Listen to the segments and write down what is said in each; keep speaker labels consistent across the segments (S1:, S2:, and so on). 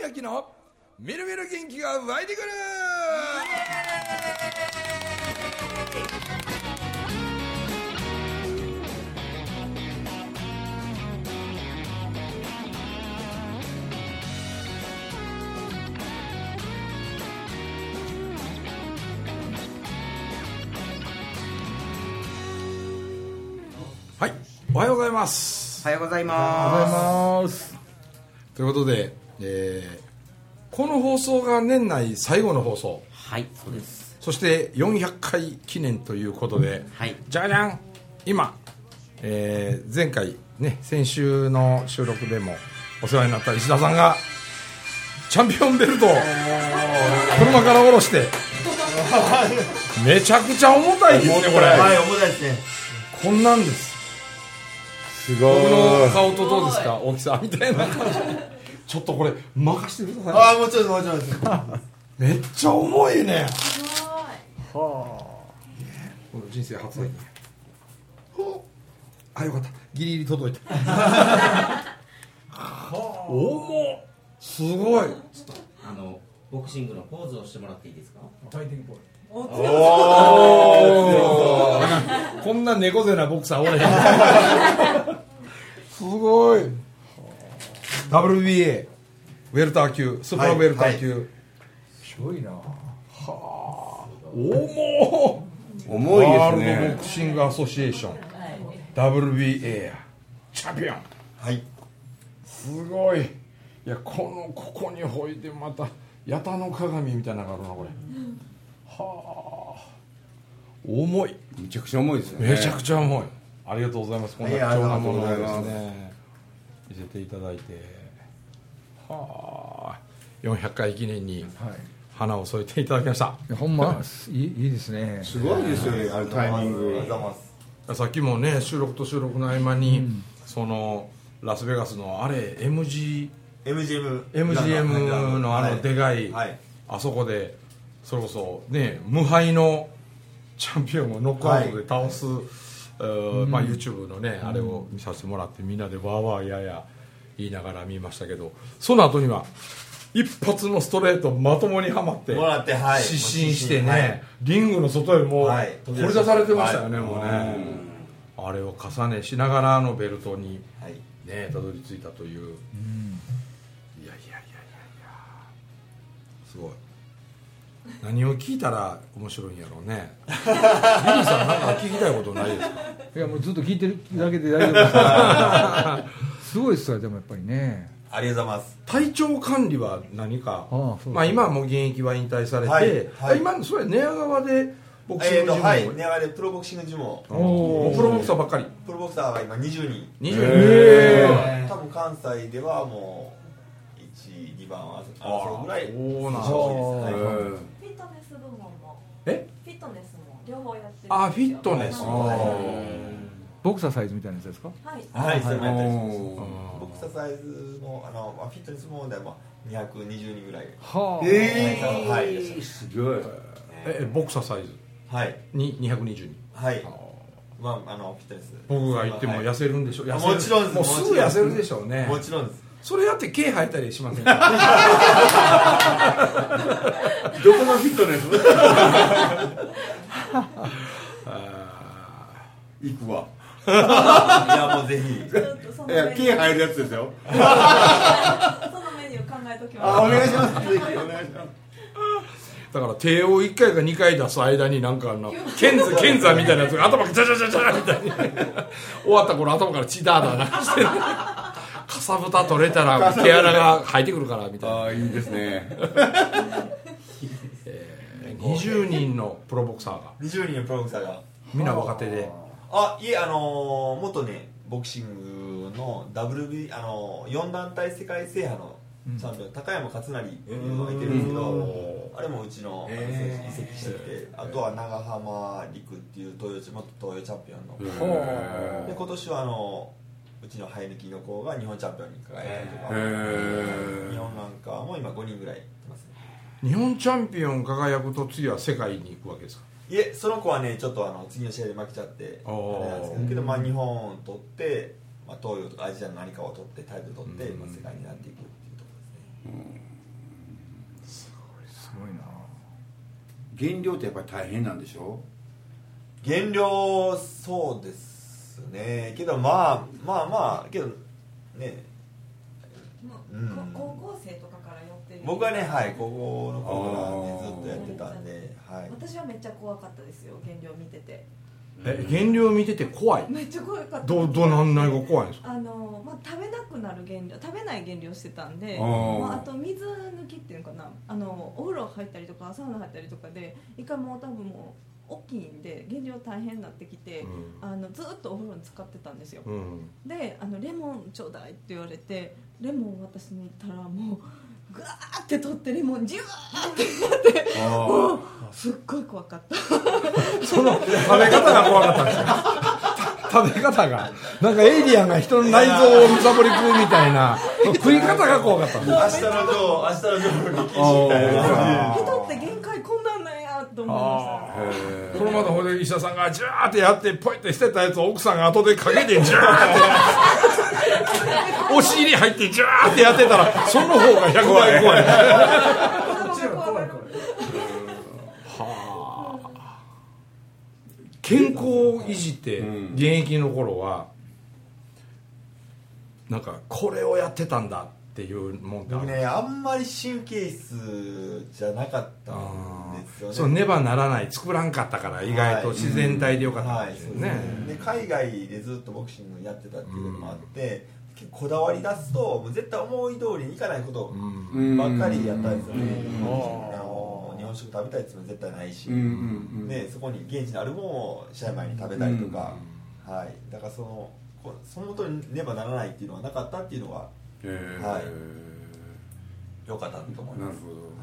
S1: 明のみるみる元気が湧いてくる。はい、おはようございます。
S2: おはようございます。
S3: おはようございます。
S1: ということで、この放送が年内最後の放送。
S2: はい、そうです。
S1: そして400回記念ということで、
S2: はい、
S1: じゃじゃん今、前回ね、先週の収録でもお世話になった石田さんがチャンピオンベルトを車から下ろしてめちゃくちゃ重たいですね、これ。
S3: はい、重たいですね。
S1: こんなんです。
S3: すごい。
S1: 僕の顔とどうですか、大きさみたいな感じ。ちょっとこれ任してください。
S3: ああ、もちろんもちろんです。
S1: めっちゃ重いね。
S4: すごい。
S1: はあ。人生初だね。あ、よかった。ギリギリ届いた。重っ。すごい。
S2: ちょっとボクシングのポーズをしてもらっていいですか。
S1: ファイティングポーズ。
S4: お
S1: こんな猫背なボクサーおれへん。すごい。WBA ウェルター級、スーパーウェルター級。
S3: すごいな。
S1: はあ。重
S3: 重いですね。
S1: ワールドボクシングアソシエーション WBA やチャンピオン。
S3: はい。
S1: すごい。いや、ここにほいでまた八田の鏡みたいなのがあるな、これ。はあ。重い。
S3: めちゃくちゃ重いですよね。
S1: めちゃくちゃ重い。ありがとうございます。こんな貴重なものをです
S3: ありがとうござい
S1: ね、見せていただいて、はあ、400回記念に花を添えていただきました。
S5: ほんまいいですね。
S3: すごいですよね、あのタイミング。
S1: さっきもね、収録と収録の合間に、そのラスベガスのあれ MGM のあのでかい、あそこでそれこそね、無敗のチャンピオンをノックアウトで倒す、まあ、YouTube のね、あれを見させてもらって、みんなでわーわーやや言いながら見ましたけど、その後には一発のストレートまともにはまって失神してね、リングの外へもう掘り出されてましたよね、もうね。あれを重ねしながらのベルトにね、たどり着いたという。いやいやいやいやいや、すごい。何を聞いたら面白いんやろうね。リリーさん、なんか聞きたいことないですか。
S5: いや、もうずっと聞いてるだけで大丈夫です。すごいですよ、でもやっぱりね。
S3: ありがとうございます。
S1: 体調管理は何か。まあ今はもう現役は引退されて、今それ寝屋川でボクシングジムを、
S3: 寝屋川でプロボクシングジムを。
S1: プロボクサーばっかり。
S3: プロボクサーが今20人。多分関西ではもう1、2番争うぐらい。
S1: そうなん
S4: フィットネス部門も。フィットネスも両方やってる。
S1: あ、フィットネス。
S5: ボクサーサイズみたいなやつですか。
S3: はい、それもやったりします。ボクサーサイズのフィットネス部門では220人ぐらい。
S5: は
S3: あ。はい。
S5: すごい。
S1: ボクサーサイズ。
S3: はい
S1: に220人。
S3: はい。まあフィットネス。
S1: 僕が言っても痩せるんでしょ。
S3: もちろんです。
S1: もうすぐ痩せるでしょうね。
S3: もちろんです。
S1: それやって毛生えたりしませんか。
S3: どこのフィットネス？行くわ。いや、もうぜひ。いや、毛生えるやつですよ。
S4: そのメニュー考えときます。
S3: お願いします。ぜひお願いします。
S1: だから手を1回か2回出す間になんかケンザみたいなやつが頭がジャジャジャジャみたいに終わった頃頭から血ダーダー流してかさぶた取れたら毛穴が生えてくるからみたいな。
S3: あ、いいですね。
S1: 20人のプロボクサーが
S3: 20人のプロボクサーが
S1: みんな若手で。
S3: あ、いえ、元ねボクシングの 4団体世界制覇のチャンピオン、高山勝成っていうのがいてるんですけど、あれもうちの移籍してて、あとは長浜陸っていう元東洋チャンピオンので、今年はうちの生え抜きの子が日本チャンピオンに輝いたりとか、日本なんかも今5人ぐらいいますね。
S1: 日本チャンピオン輝くと次は世界に行くわけですか。
S3: いえ、その子はねちょっと次の試合で負けちゃってあれなんですけど、まあ日本取って、まあ、東洋とかアジアの何かを取ってタイトル取って、まあ、世界になっていくっていうところですね。
S5: すごいな。
S6: 減量ってやっぱり大変なんでしょ？
S3: 減量、そうですね。けどまあけどね、
S4: 高校生とかからやってる。
S3: 僕はね、はい、高校の頃からねずっとやってたんで、はい。
S4: 私はめっちゃ怖かったですよ、減量見てて。
S1: 減量見てて怖い？
S4: めっちゃ怖かった。
S1: 何が怖いんですか？
S4: 食べなくなる減量、食べない減量してたんで、あと水抜きっていうのかな、お風呂入ったりとかサウナ入ったりとかで一回もう多分もう大きいんで減量大変になってきて、ずっとお風呂に使ってたんですよ、でレモンちょうだいって言われてレモン渡しに行ったらもうグワーって取ってレモンジュワーってやってもうすっごい怖かった
S1: その食べ方が怖かったんですよ食べ方がなんかエイリアンが人の内臓をむさぼり食うみたいな食い方が怖かったんです
S3: 明日のジョーの力士みたいな
S4: 人って限界こんなんなんやと思いま
S1: した。このまたほで医者さんがジューってやってポイって捨てたやつを奥さんが後でかけてジューってお尻入ってジューってやってたらその方が100倍怖い健康維持って現役の頃はなんかこれをやってたんだっていうもんで
S3: 僕ね、あんまり神経質じゃなかったんですよね。
S1: そうねばならない作らんかったから意外と自然体でよかったんですよね。
S3: で海外でずっとボクシングやってたっていうのもあって、結構こだわり出すともう絶対思い通りにいかないことばっかりやったんですよね。日本食食べたいっていうのは絶対ないし、でそこに現地にあるものを試合前に食べたりとか、はい、だからそのとにねばならないっていうのはなかったっていうのがはい、よかったと思います。なるほど、はい、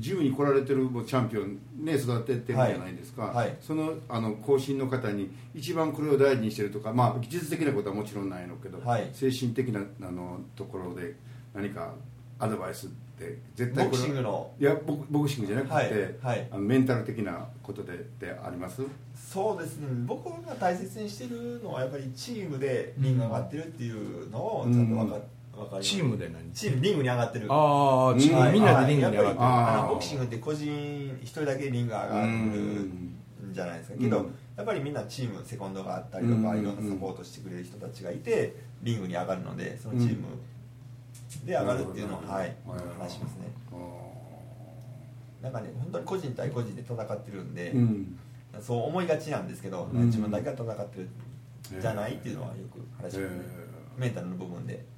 S6: ジムに来られてるチャンピオンね育ててるじゃないですか、はい、その後進の方に一番これを大事にしてるとか、まあ技術的なことはもちろんないのけど、はい、精神的なところで何かアドバイスって絶対
S3: ボクシングの
S6: いやボクシングじゃなくて、はいはい、メンタル的なことであります？そうですね、
S3: 僕が大切にしてるのはやっぱりチームでリングが上がってるっていうのをちゃんと分かる、
S1: チームで
S3: チームリングに上がってる、
S1: ああチーム、はい、みんなでリングに上がってる。
S3: ボクシングって個人一人だけリングが上がるんじゃないですか、けどやっぱりみんなチームセコンドがあったりとかいろんなサポートしてくれる人たちがいてリングに上がるので、そのチームで上がるっていうのを、はい、話しますね。なんかね、本当に個人対個人で戦ってるんで、そう思いがちなんですけど、自分だけが戦ってるじゃないっていうのはよく話しますね、メンタルの部分で。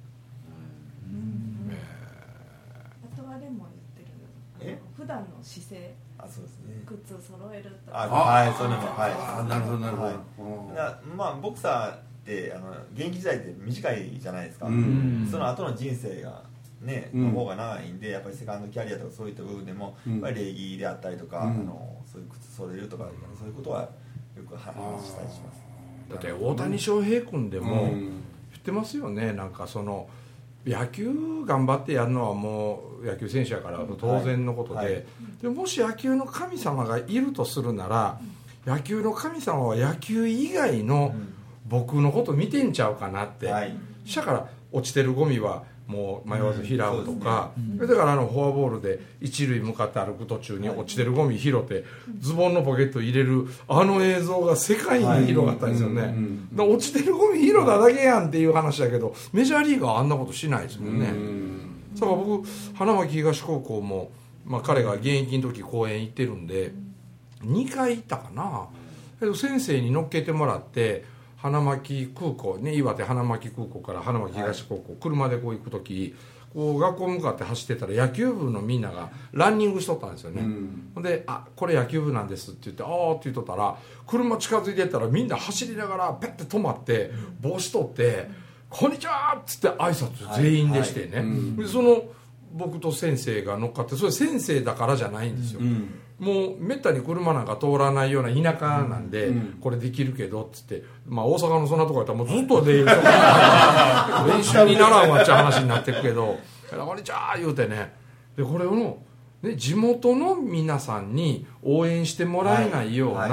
S4: あとはレモン言ってる普段の姿勢、
S3: そうですね、
S4: 靴揃えるとか、
S3: はい、そういうのも、
S6: はい、なるほどなるほ
S3: ど、まあボクサーって現役時代って短いじゃないですか、その後の人生がね、の方が長いんで、やっぱりセカンドキャリアとかそういった部分でも、やっぱり礼儀であったりとか、そういう靴揃えるとか、そういうことはよく話したりします。
S1: だって大谷翔平君でも言ってますよね、なんかその野球頑張ってやるのはもう野球選手やから当然のことで、でもし野球の神様がいるとするなら、野球の神様は野球以外の僕のこと見てんちゃうかなって、だから落ちてるゴミはもう迷わず拾うとか、だからフォアボールで一塁向かって歩く途中に落ちてるゴミ拾ってズボンのポケット入れる映像が世界に広がったんですよね。だから落ちてるゴミ拾っただけやんっていう話だけど、メジャーリーガーはあんなことしないですもんね。だから僕花巻東高校も、彼が現役の時講演行ってるんで2回行ったかな。けど先生に乗っけてもらって花巻空港ね、岩手花巻空港から花巻東高校、車でこう行く時こう学校向かって走ってたら野球部のみんながランニングしとったんですよね。でこれ野球部なんですって言ってって言っとったら、車近づいてったらみんな走りながらペッて止まって帽子取ってこんにちはっつって挨拶全員でしてね、でその僕と先生が乗っかって、それ先生だからじゃないんですよ、もうめったに車なんか通らないような田舎なんで、これできるけどっつって、大阪のそんなとこやったらもうずっと練習にならんわっちゃ話になってくけどこんにちは言うてね、でこれを地元の皆さんに応援してもらえないような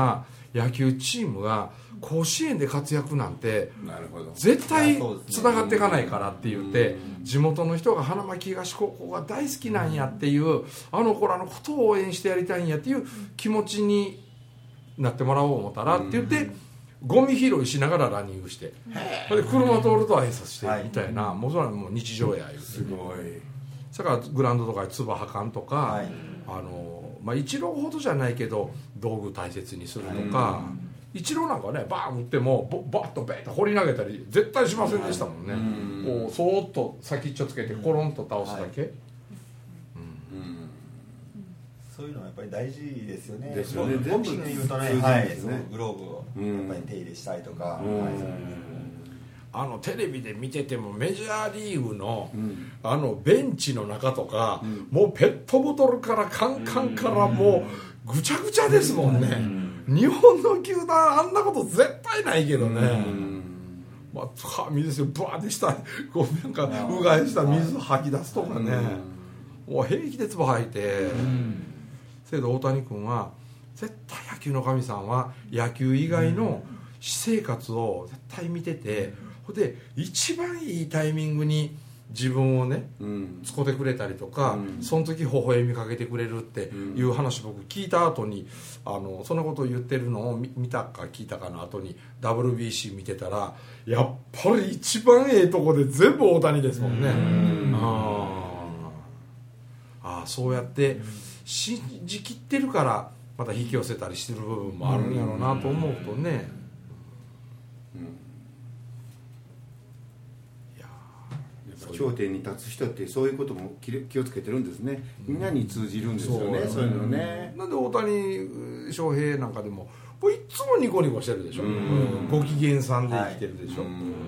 S1: 野球チームが甲子園で活躍なんて絶対つながっていかないからって言って、地元の人が花巻東高校が大好きなんやっていう、あの子らのことを応援してやりたいんやっていう気持ちになってもらおう思ったらって言って、ゴミ拾いしながらランニングして、で車通ると挨拶してみたいな、もうそれはもう日常や言うて、すごい。だからグラウンドとかで唾吐かんとか、イチローほどじゃないけど道具大切にするとか、イチローなんかねバーン打ってもバッとベーッと放り投げたり絶対しませんでしたもんね。こうそーっと先っちょつけてコロンと倒すだけ、
S3: そういうのはやっぱり大事ですよね。
S6: ですよね。
S3: ボクシングで言うとね、グローブをやっぱり手入れしたりとか、
S1: テレビで見ててもメジャーリーグの、ベンチの中とか、もうペットボトルからカンカンからもうぐちゃぐちゃですもんね。日本の球団あんなこと絶対ないけどね。水ブワーってしたこうなんかうがいした水吐き出すとかね、もう平気で唾吐いて、せやで大谷君は絶対野球の神さんは野球以外の私生活を絶対見てて、で一番いいタイミングに自分をね使ってくれたりとか、その時微笑みかけてくれるっていう話僕聞いた後に、そんなことを言ってるのを見たか聞いたかの後に WBC 見てたら、やっぱり一番ええとこで全部大谷ですもんね。そうやって信じきってるからまた引き寄せたりしてる部分もあるんやろうなと思うとね、
S6: 頂点に立つ人ってそういうことも気をつけてるんですね。みんなに通じるんですよね、そういうのね。
S1: なんで大谷翔平なんかでもいつもニコニコしてるでしょ、ご機嫌さんで生きてるでしょ、や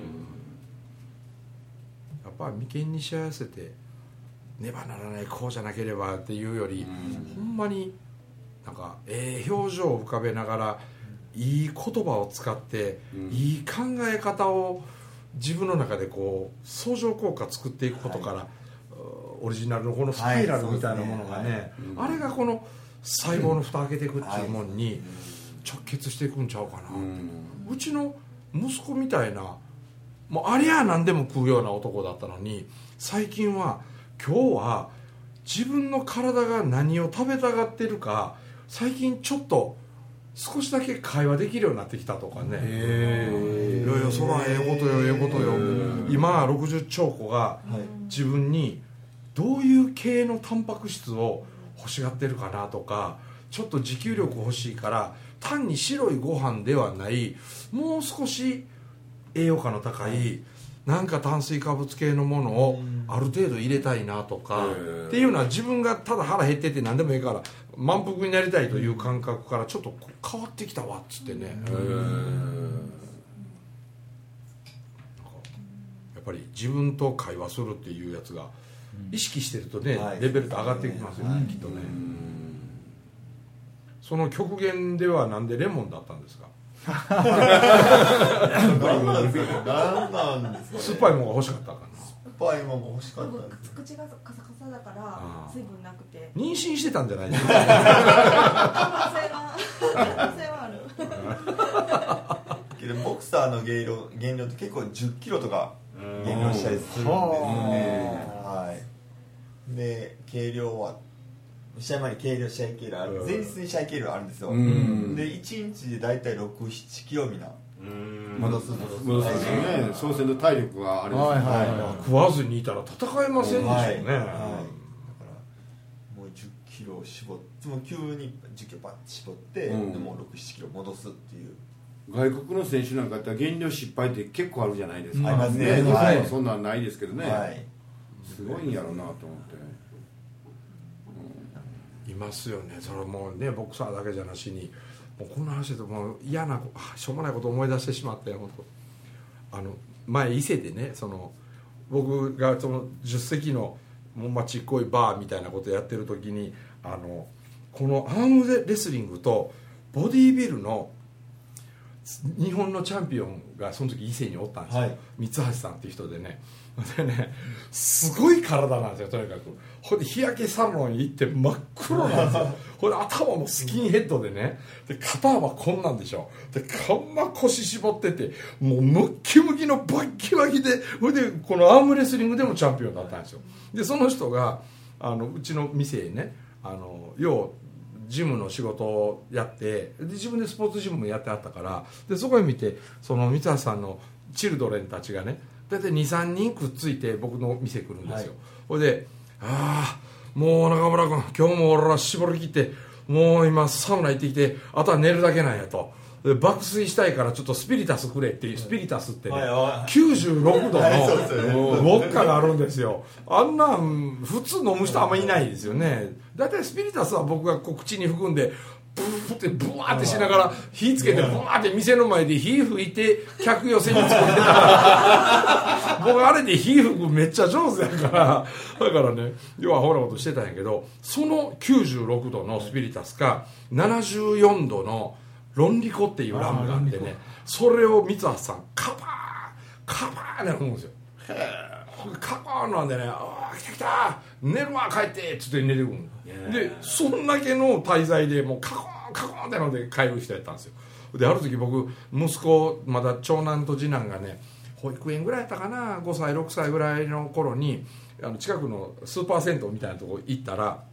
S1: っぱり眉間にしわ寄せてねばならないこうじゃなければっていうより、ほんまになんか表情を浮かべながらいい言葉を使って、いい考え方を自分の中でこう相乗効果作っていくことから、オリジナルのこのスパイラルみたいなものがね、あれがこの細胞の蓋開けていくっていうものに直結していくんちゃうかな、うちの息子みたいな、もうありゃ何でも食うような男だったのに、最近は今日は自分の体が何を食べたがってるか最近ちょっと少しだけ会話できるようになってきたとかね。いやいやそらええことよええことよ。今60兆個が自分にどういう系のタンパク質を欲しがってるかなとか、ちょっと持久力欲しいから単に白いご飯ではないもう少し栄養価の高いなんか炭水化物系のものをある程度入れたいなとかっていうのは、自分がただ腹減ってて何でもいいから満腹になりたいという感覚からちょっと変わってきたわっつってね。やっぱり自分と会話するっていうやつが意識してるとね、レベルと上がっていきますよね、きっとね。その極限ではなんでレモンだったんですか？
S3: 何なんですか？
S1: 酸っぱいものが欲しかったかな。
S3: 酸っぱいものが欲しかった。
S4: 口がカサカサだから水分なくて。
S1: 妊娠してたんじゃないですか？
S4: 可能性はある。
S3: けどボクサーの減量って結構10キロとか減量したりするんですよね。はい。で軽量は試合前に試合計量ある、前日に試合計量あるんですよ。で1日で大体6、7キロみんな戻すんですよ
S6: ね。そうすると体力があれですね。
S1: 食わずにいたら戦えませんでしょうね。だから
S3: もう10キロ絞って、もう急に10キロバッと絞って、でもう6、7キロ戻すっていう。
S6: 外国の選手なんかって減量失敗って結構あるじゃないですか。
S3: ありますね。
S6: 日本はそんなんないですけどね。すごいんやろうなと思って。
S1: いますよね。それもうね、ボクサーだけじゃなしに、もうこの話でもう嫌なしょうもないことを思い出してしまって、本当前伊勢でね、僕がその10席のちっこいバーみたいなことやってる時に、このアームレスリングとボディービルの日本のチャンピオンがその時伊勢におったんですよ、三橋さんっていう人でね、でねすごい体なんですよ。とにかくほんで日焼けサロン行って真っ黒なんですよほんで頭もスキンヘッドでね、で肩はこんなんでしょ、でこんな腰絞っててもうムッキムキのバッキバキで、ほんでこのアームレスリングでもチャンピオンだったんですよ。でその人がうちの店へね、要ジムの仕事をやって、で自分でスポーツジムもやってあったから、でそこへ見てその三橋さんのチルドレンたちがね大体 2,3 人くっついて僕の店来るんですよ。ほいでもう中村君今日も俺ら絞り切ってもう今サウナ行ってきてあとは寝るだけなんやと、で爆睡したいからちょっとスピリタスくれっていう、スピリタスってね、96度のウォッカがあるんですよ。あんなん普通飲む人あんまりいないですよね。だいたいスピリタスは僕がこう口に含んでブーってブワーってしながら火つけてブワーって店の前で火吹いて客寄せに作ってたから僕あれで火吹くめっちゃ上手やからだからね要はほらことしてたんやけど、その96度のスピリタスか74度のロンリコっていうラムがあってね、それを三橋さんカバーで飲むんですよ。カバーなんでね、来た来た寝るわ帰ってっつって寝てくるんで、そんだけの滞在でもうカコーンってので帰る人やったんですよ。である時僕息子まだ長男と次男がね保育園ぐらいやったかな、5歳6歳ぐらいの頃に近くのスーパー銭湯みたいなとこ行ったら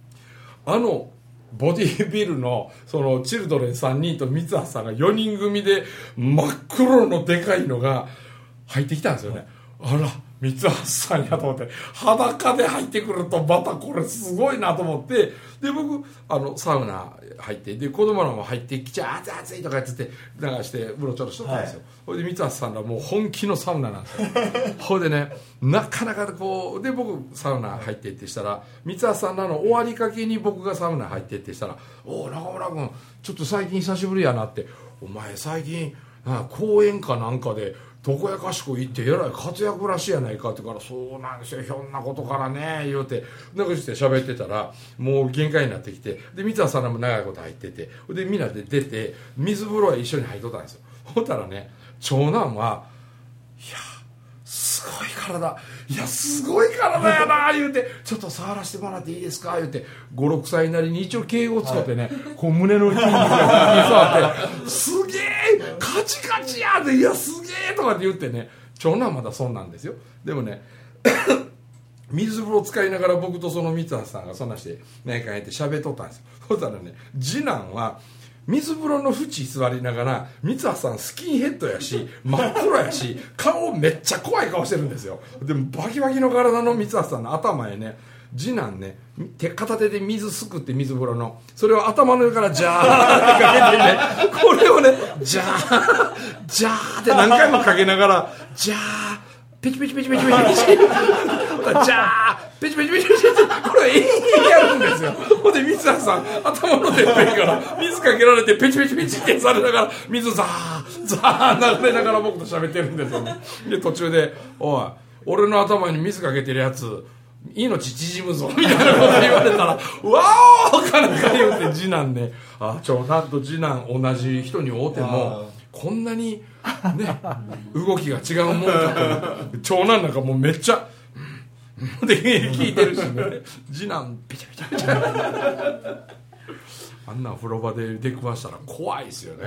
S1: ボディービルのそのチルドレン3人と三橋さんが4人組で真っ黒のでかいのが入ってきたんですよね。あら三橋さんやと思って裸で入ってくるとまたこれすごいなと思って、で僕サウナ入ってで子供らも入ってきちゃ熱いとか言って流して風呂ちょっとしとったんですよ。ほいで三橋さんらもう本気のサウナなんですよほいでねなかなかこうで僕サウナ入ってってしたら三橋さんらの終わりかけに僕がサウナ入ってってしたら「おお中村君ちょっと最近久しぶりやな」って「お前最近公園かなんかでどこやかしく行ってえらい活躍らしいやないか」って言うから「そうなんですよひょんなことからね」言うてなんかして喋ってたらもう限界になってきて、で三橋さんらも長いこと入ってて、でみんなで出て水風呂へ一緒に入っとったんですよ。ほったらね長男は「いやすごい体いやすごい体やな」言うて「ちょっと触らせてもらっていいですか」言うて56歳なりに一応敬語を使ってね、こう胸の筋肉が触って「すげえカチカチやでいやすげえ」とかって言ってね、長男はまだそんなんですよ。でもね水風呂使いながら僕とその三橋さんがそんなして何かやって喋っとったんですよ。そしたらね次男は水風呂の縁座りながら三橋さんスキンヘッドやし真っ黒やし顔めっちゃ怖い顔してるんですよ。でもバキバキの体の三橋さんの頭へね次男ね片手で水すくって水風呂のそれを頭の上からジャーってかけてねこれをねジャージャーって何回もかけながらジャーペチペチペチペチペチペチジャーペチペチペチペチこれを永遠にやるんですよ。ほんで三橋さん頭のてっぺんから水かけられてペチペチペチってされながら水ザーザー流れながら僕と喋ってるんですよね。で途中で「おい俺の頭に水かけてるやつ命縮むぞ」みたいなこと言われたら「わお!」かなんか言うて次男ね長男と次男同じ人に会うてもこんなにね動きが違うもんかと長男なんかもうめっちゃで聞いてるしね次男ピチャピチャピチャあんな風呂場で出くわしたら怖いですよね。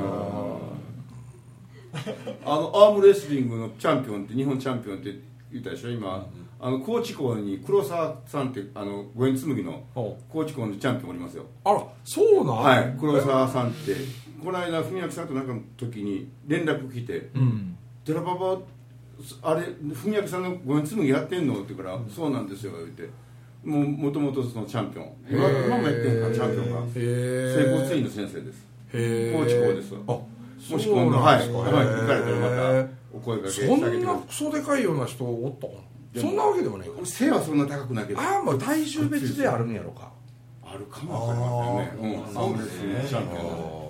S6: アームレスリングのチャンピオンって日本チャンピオンって言ったでしょ今、高知校に黒沢さんって五円紬の高知校のチャンピオンおりますよ。
S1: あらそうなん、
S6: はい、黒沢さんってこの間文明さんとなんかの時に連絡来て「寺パパあれ文明さんの五円紬やってんの?」って言うから「そうなんですよ」言ってもともとそのチャンピオン今もやってんかチャンピオンが整骨院の先生です。高知校です。もし今度行かれたらまたお声掛けしてあげてください。
S1: そんなクソでかいような人おったかな。そんなわけでもないか。
S6: 背はそんな高くないけど
S1: まあ体重別であるんやろか。
S6: あるかもわかりませんね。そうですね。チャンピオン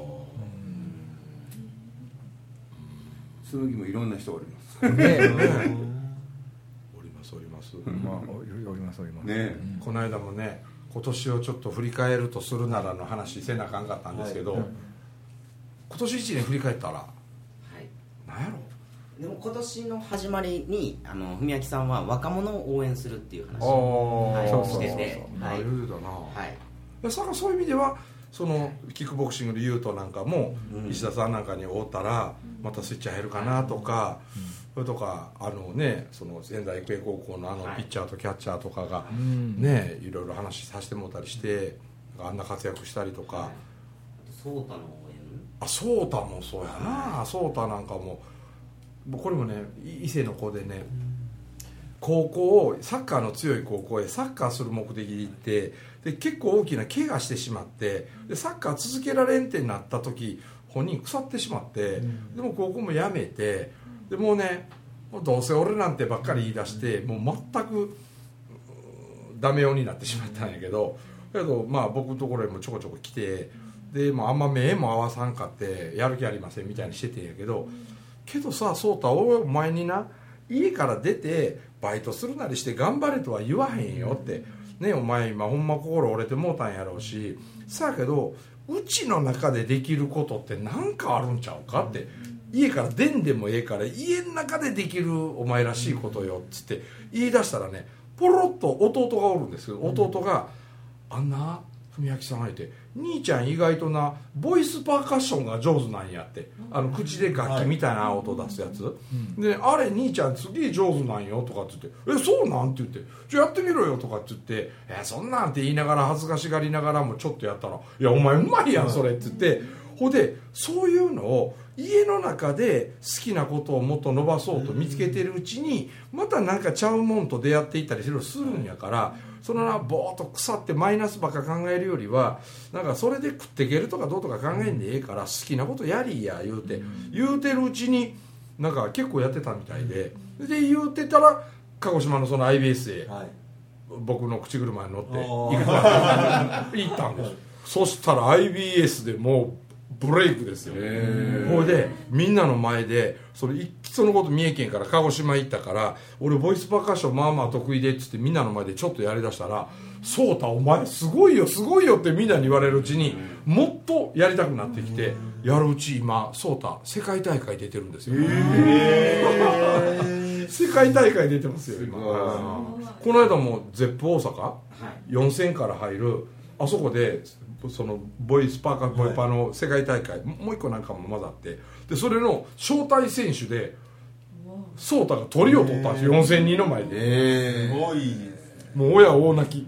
S6: 紬もいろんな人おります
S1: ね。おりますおります。
S5: おります
S1: ね。この間もね今年をちょっと振り返るとするならの話せなあかんかったんですけど、 今年1年振り返ったら、
S2: はい、
S1: なんやろ
S2: でも今年の始まりに文明さんは若者を応援するっていう話をしてて、
S1: なるほどな、
S2: はい、
S1: だからそういう意味ではそのキックボクシングのユートなんかも、石田さんなんかに会ったらまたスイッチ入るかなとか、それとかその仙台育英高校のピッチャーとキャッチャーとかがね、いろいろ話させてもらったりして、あんな活躍したりとか、
S2: ソータの応援、
S1: ソータもそうやな、ソータなんかもこれもね伊勢の子でね、高校サッカーの強い高校へサッカーする目的で行って、で結構大きな怪我してしまって、でサッカー続けられんってなった時本人腐ってしまって、でも高校も辞めて、でもうねもうどうせ俺なんてばっかり言い出して、もう全くダメ男になってしまったんやけど、だけどまあ僕のところへもちょこちょこ来て、でもうあんま目も合わさんかってやる気ありませんみたいにしててんやけど、さそうたお前にな家から出てバイトするなりして頑張れとは言わへんよってね、お前今ほんま心折れてもうたんやろうし、さあけどうちの中でできることって何かあるんちゃうかって、家から出んでもええから家の中でできるお前らしいことよっつって言い出したらね、ポロッと弟がおるんですけど、弟があんな文明さんがいて、兄ちゃん意外となボイスパーカッションが上手なんやって、口で楽器みたいな音出すやつ、であれ兄ちゃんすげえ上手なんよとかって言って、そうなんって言って、じゃあやってみろよとかって言って、そんなんって言いながら恥ずかしがりながらもちょっとやったら、いやお前うまいやんそれって言って、ほんでそういうのを家の中で好きなことをもっと伸ばそうと見つけてるうちに、またなんかちゃうもんと出会っていったりするんやから、そのなボーっと腐ってマイナスばっか考えるよりは、なんかそれで食っていけるとかどうとか考えんでええから、好きなことやりや言うてるうちになんか結構やってたみたいで、言うてたら鹿児島のその IBS へ僕の口車に乗って行ったんです。そしたら IBS でもうブレイクですよ。ほいでみんなの前でそのこと三重県から鹿児島行ったから、俺ボイスパーカッションまあまあ得意でっつってみんなの前でちょっとやりだしたら、そうたお前すごいよすごいよってみんなに言われるうちにもっとやりたくなってきて、やるうち今そうた世界大会出てるんですよ。世界大会出てますよ今。この間もZEP大阪4000から入るあそこでそのボイスパーカーボイパーの世界大会、もう一個なんかも混ざって、でそれの招待選手でソータが鳥を取ったんですよ、4000人の前で。
S3: すごい、
S1: もう親大泣き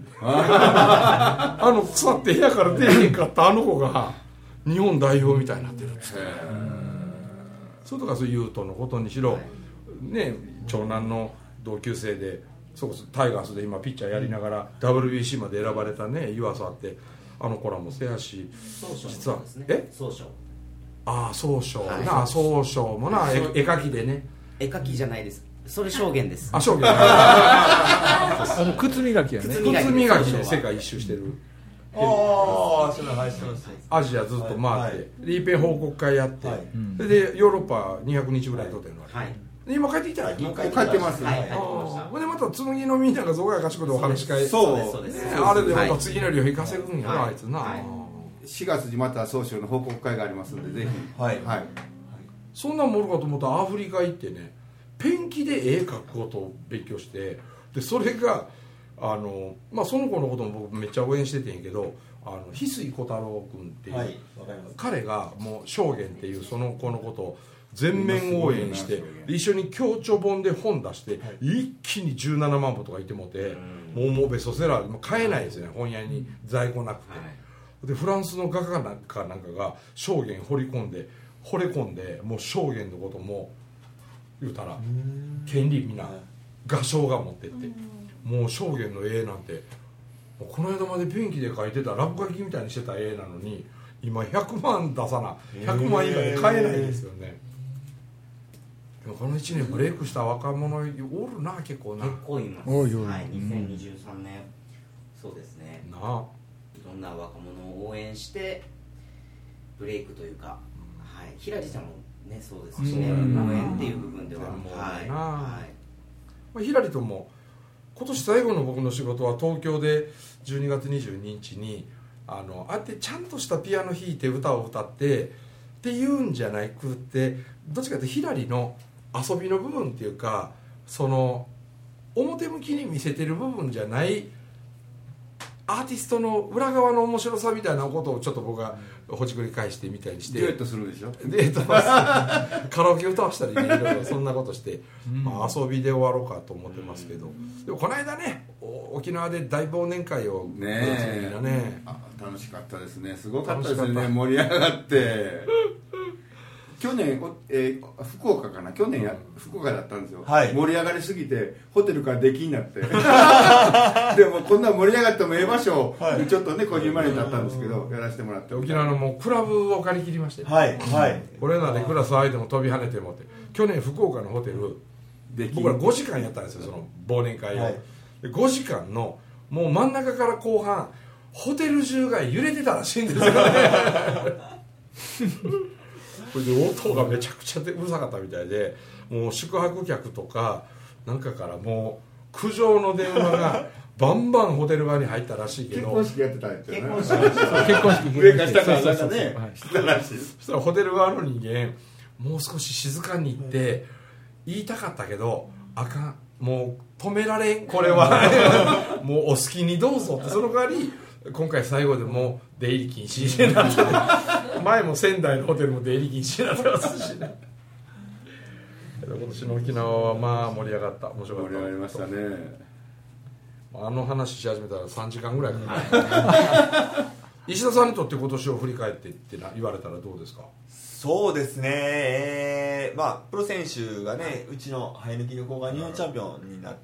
S1: 腐って部屋から出へんかったあの子が日本代表みたいになってるんですね。それとかそういうユートのことにしろ、ね、長男の同級生でそこタイガースで今ピッチャーやりながら WBC まで選ばれたね湯浅って、あの子らもせやし、実は
S2: 総称、
S1: ああ総称な、総称もな、絵描きでね、
S2: 絵描きじゃないです、それ証言です。
S1: 証言
S5: 靴磨きやね。
S1: 靴磨きで世界一周してる。アジアずっと回って、でいっぺん報告会やって、でヨーロッパ200日ぐらいとってるのあれ、今帰ってきたら
S6: 帰ってますね。
S1: でまた紬のみんながぞがやかしこでお話し会、
S3: そう
S1: あれでまた次の旅費稼ぐんやなあいつな。
S6: 4月にまた総称の報告会がありますので、ぜひ。
S1: そんなんもおるかと思ったらアフリカ行ってね、ペンキで絵描くことを勉強して、でそれがまあその子のことも僕めっちゃ応援しててんけど、翡翠小太郎君っていう、彼がもう証言っていうその子のことを全面応援して、一緒に共著本で本出して、一気に17万部とかいてもて、もうベストセラーで買えないですよね、本屋に在庫なくて。でフランスの画家なんかが証言惚れ込んで、もう証言のことも言うたら権利みんな画商が持ってって、もう証言の絵なんてこの間までペンキで描いてた落書きみたいにしてた絵なのに、今100万出さな100万以外で買えないですよね。でもこの1年ブレイクした若者おるな、結構な。
S2: 結構います。
S5: おいおい、
S2: はい、2023年そうですね、
S1: なあ、
S2: いろんな若者を応援してブレイクというか、はい、平地さんもねそうですしね、応援っていう部分では、
S1: ひらりとも今年最後の僕の仕事は東京で12月22日にあってちゃんとしたピアノ弾いて歌を歌って、 っていうんじゃなくて、どっちかというとひらりの遊びの部分っていうか、その表向きに見せてる部分じゃないアーティストの裏側の面白さみたいなことをちょっと僕がほじくり返してみたいにして、
S6: デュエットするでしょ。
S1: デュエットカラオケ歌わしたりね、いろいろそんなことして、まあ、遊びで終わろうかと思ってますけど、でもこの間ね、沖縄で大忘年会を
S6: ね楽しかったですね。すごかったですね。盛り上がって去年、福岡かな、去年福岡だったんですよ、はい、盛り上がりすぎてホテルから出禁になってでもこんな盛り上がってもええ場所、はい、ちょっとねこじんまりになったんですけど、やらせてもらって、
S1: 沖縄のもうクラブを借り切りまして、
S3: はいはい、
S1: これならいくら騒いでも飛び跳ねてもって、去年福岡のホテル僕ら5時間やったんですよ、その忘年会を、はい、で5時間のもう真ん中から後半ホテル中が揺れてたらしいんですよねこれで音がめちゃくちゃうるさかったみたいで、もう宿泊客とかなんかからもう苦情の電話がバンバンホテル側に入ったらしいけど、
S6: 結婚式やってたんですよね。
S5: 結婚式
S6: 上か下かなんかねしてたらしい。
S1: そしたらホテル側の人間、もう少し静かに言って言いたかったけど、あかん、もう止められんこれはもうお好きにどうぞって、その代わり今回最後でもう出入り禁止になって前も仙台のホテルも出入り禁止になってますしね今年の沖縄はまあ盛り上がった、面白かった、
S6: 盛り上がりましたね。
S1: あの話し始めたら3時間ぐらいかな石田さんにとって今年を振り返ってって言われたらどうですか？
S3: そうですね、まあプロ選手がね、うちの生え抜きの子が日本チャンピオンになって、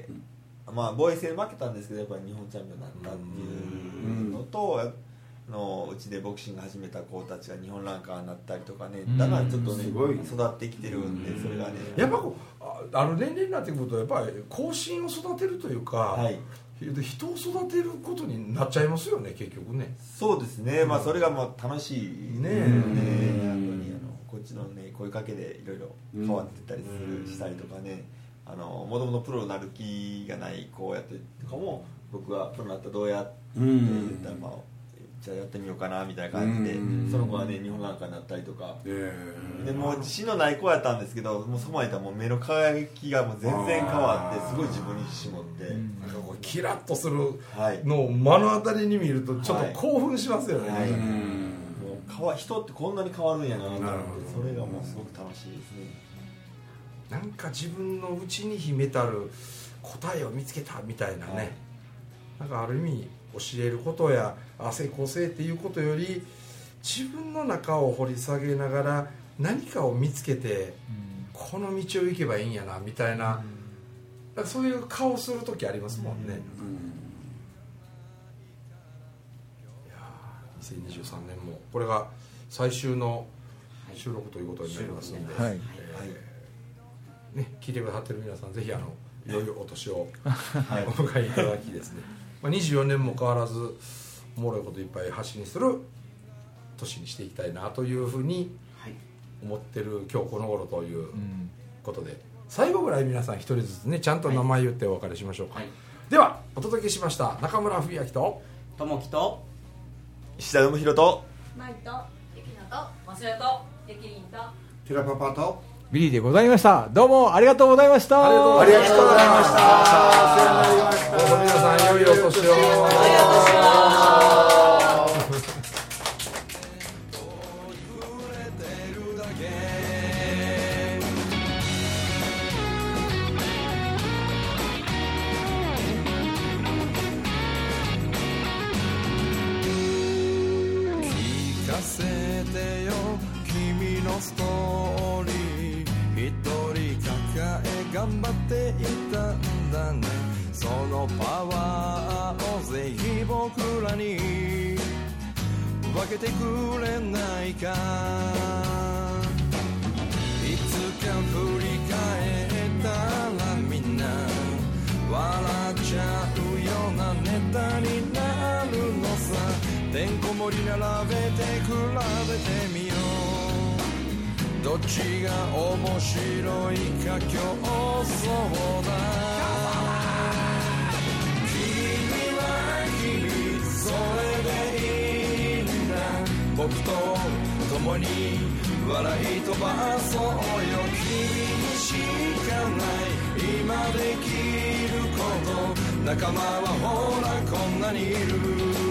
S3: まあ防衛戦負けたんですけどやっぱり日本チャンピオンになったっていうのと、うちでボクシング始めた子たちが日本ランカーになったりとかね、だからちょっとね育ってきてるんで、それがね
S1: やっぱこうある年齢になってくるとやっぱり後進を育てるというか、はい、人を育てることになっちゃいますよね結局ね。
S3: そうですね、まあそれがまあ楽しいね、こっちのね声かけでいろいろ変わってったりしたりとかね、もともとプロになる気がない子やってとかも、僕はプロになったらどうやって言ったら、まあじゃあやってみようかなみたいな感じで、その子はね日本ランカーになったりとか、でもう自信のない子やったんですけど、もうそこまでいったらもう目の輝きがもう全然変わって、すごい自分に自信持って、なんか
S1: こうキラッとするのを目の当たりに見るとちょっと興奮しますよね、はいはい、
S3: もう人ってこんなに変わるんやなと思って、それがもうすごく楽しいですね。
S1: なんか自分の内に秘めたる答えを見つけたみたいなね、はい、なんかある意味教えることや成功せっていうことより、自分の中を掘り下げながら何かを見つけて、この道を行けばいいんやなみたいな、そういう顔する時ありますもんね、いや2023年もこれが最終の収録ということになりますので、ね、聞いてくださってる皆さんぜひいよいよお年をお迎えいただきですね、24年も変わらずおもろいこといっぱい発信する年にしていきたいなというふうに思ってる今日この頃ということで、最後ぐらい皆さん一人ずつねちゃんと名前言ってお別れしましょうか、はい、ではお届けしました中村文明と
S2: 友樹と
S3: 石田信弘と
S4: マイと
S7: ゆきなとマスヤとゆきりんと
S6: テラパパと
S5: ビリーでございました。どうもありがとうございました。
S1: ありがとうございました。お世話になりました。どうも皆さん良いお年を。聞かせてよ君のストーリー、一人抱え頑張っていたんだね。そのパワーをぜひ僕らに分けてくれないか。いつか振り返ったらみんな笑っちゃうようなネタになるのさ。てんこ盛り並べて比べてみよう、どっちが面白いか競争だ。君は君それでいいんだ、僕と
S8: 共に笑い飛ばそうよ君にしかない今できること仲間はほらこんなにいる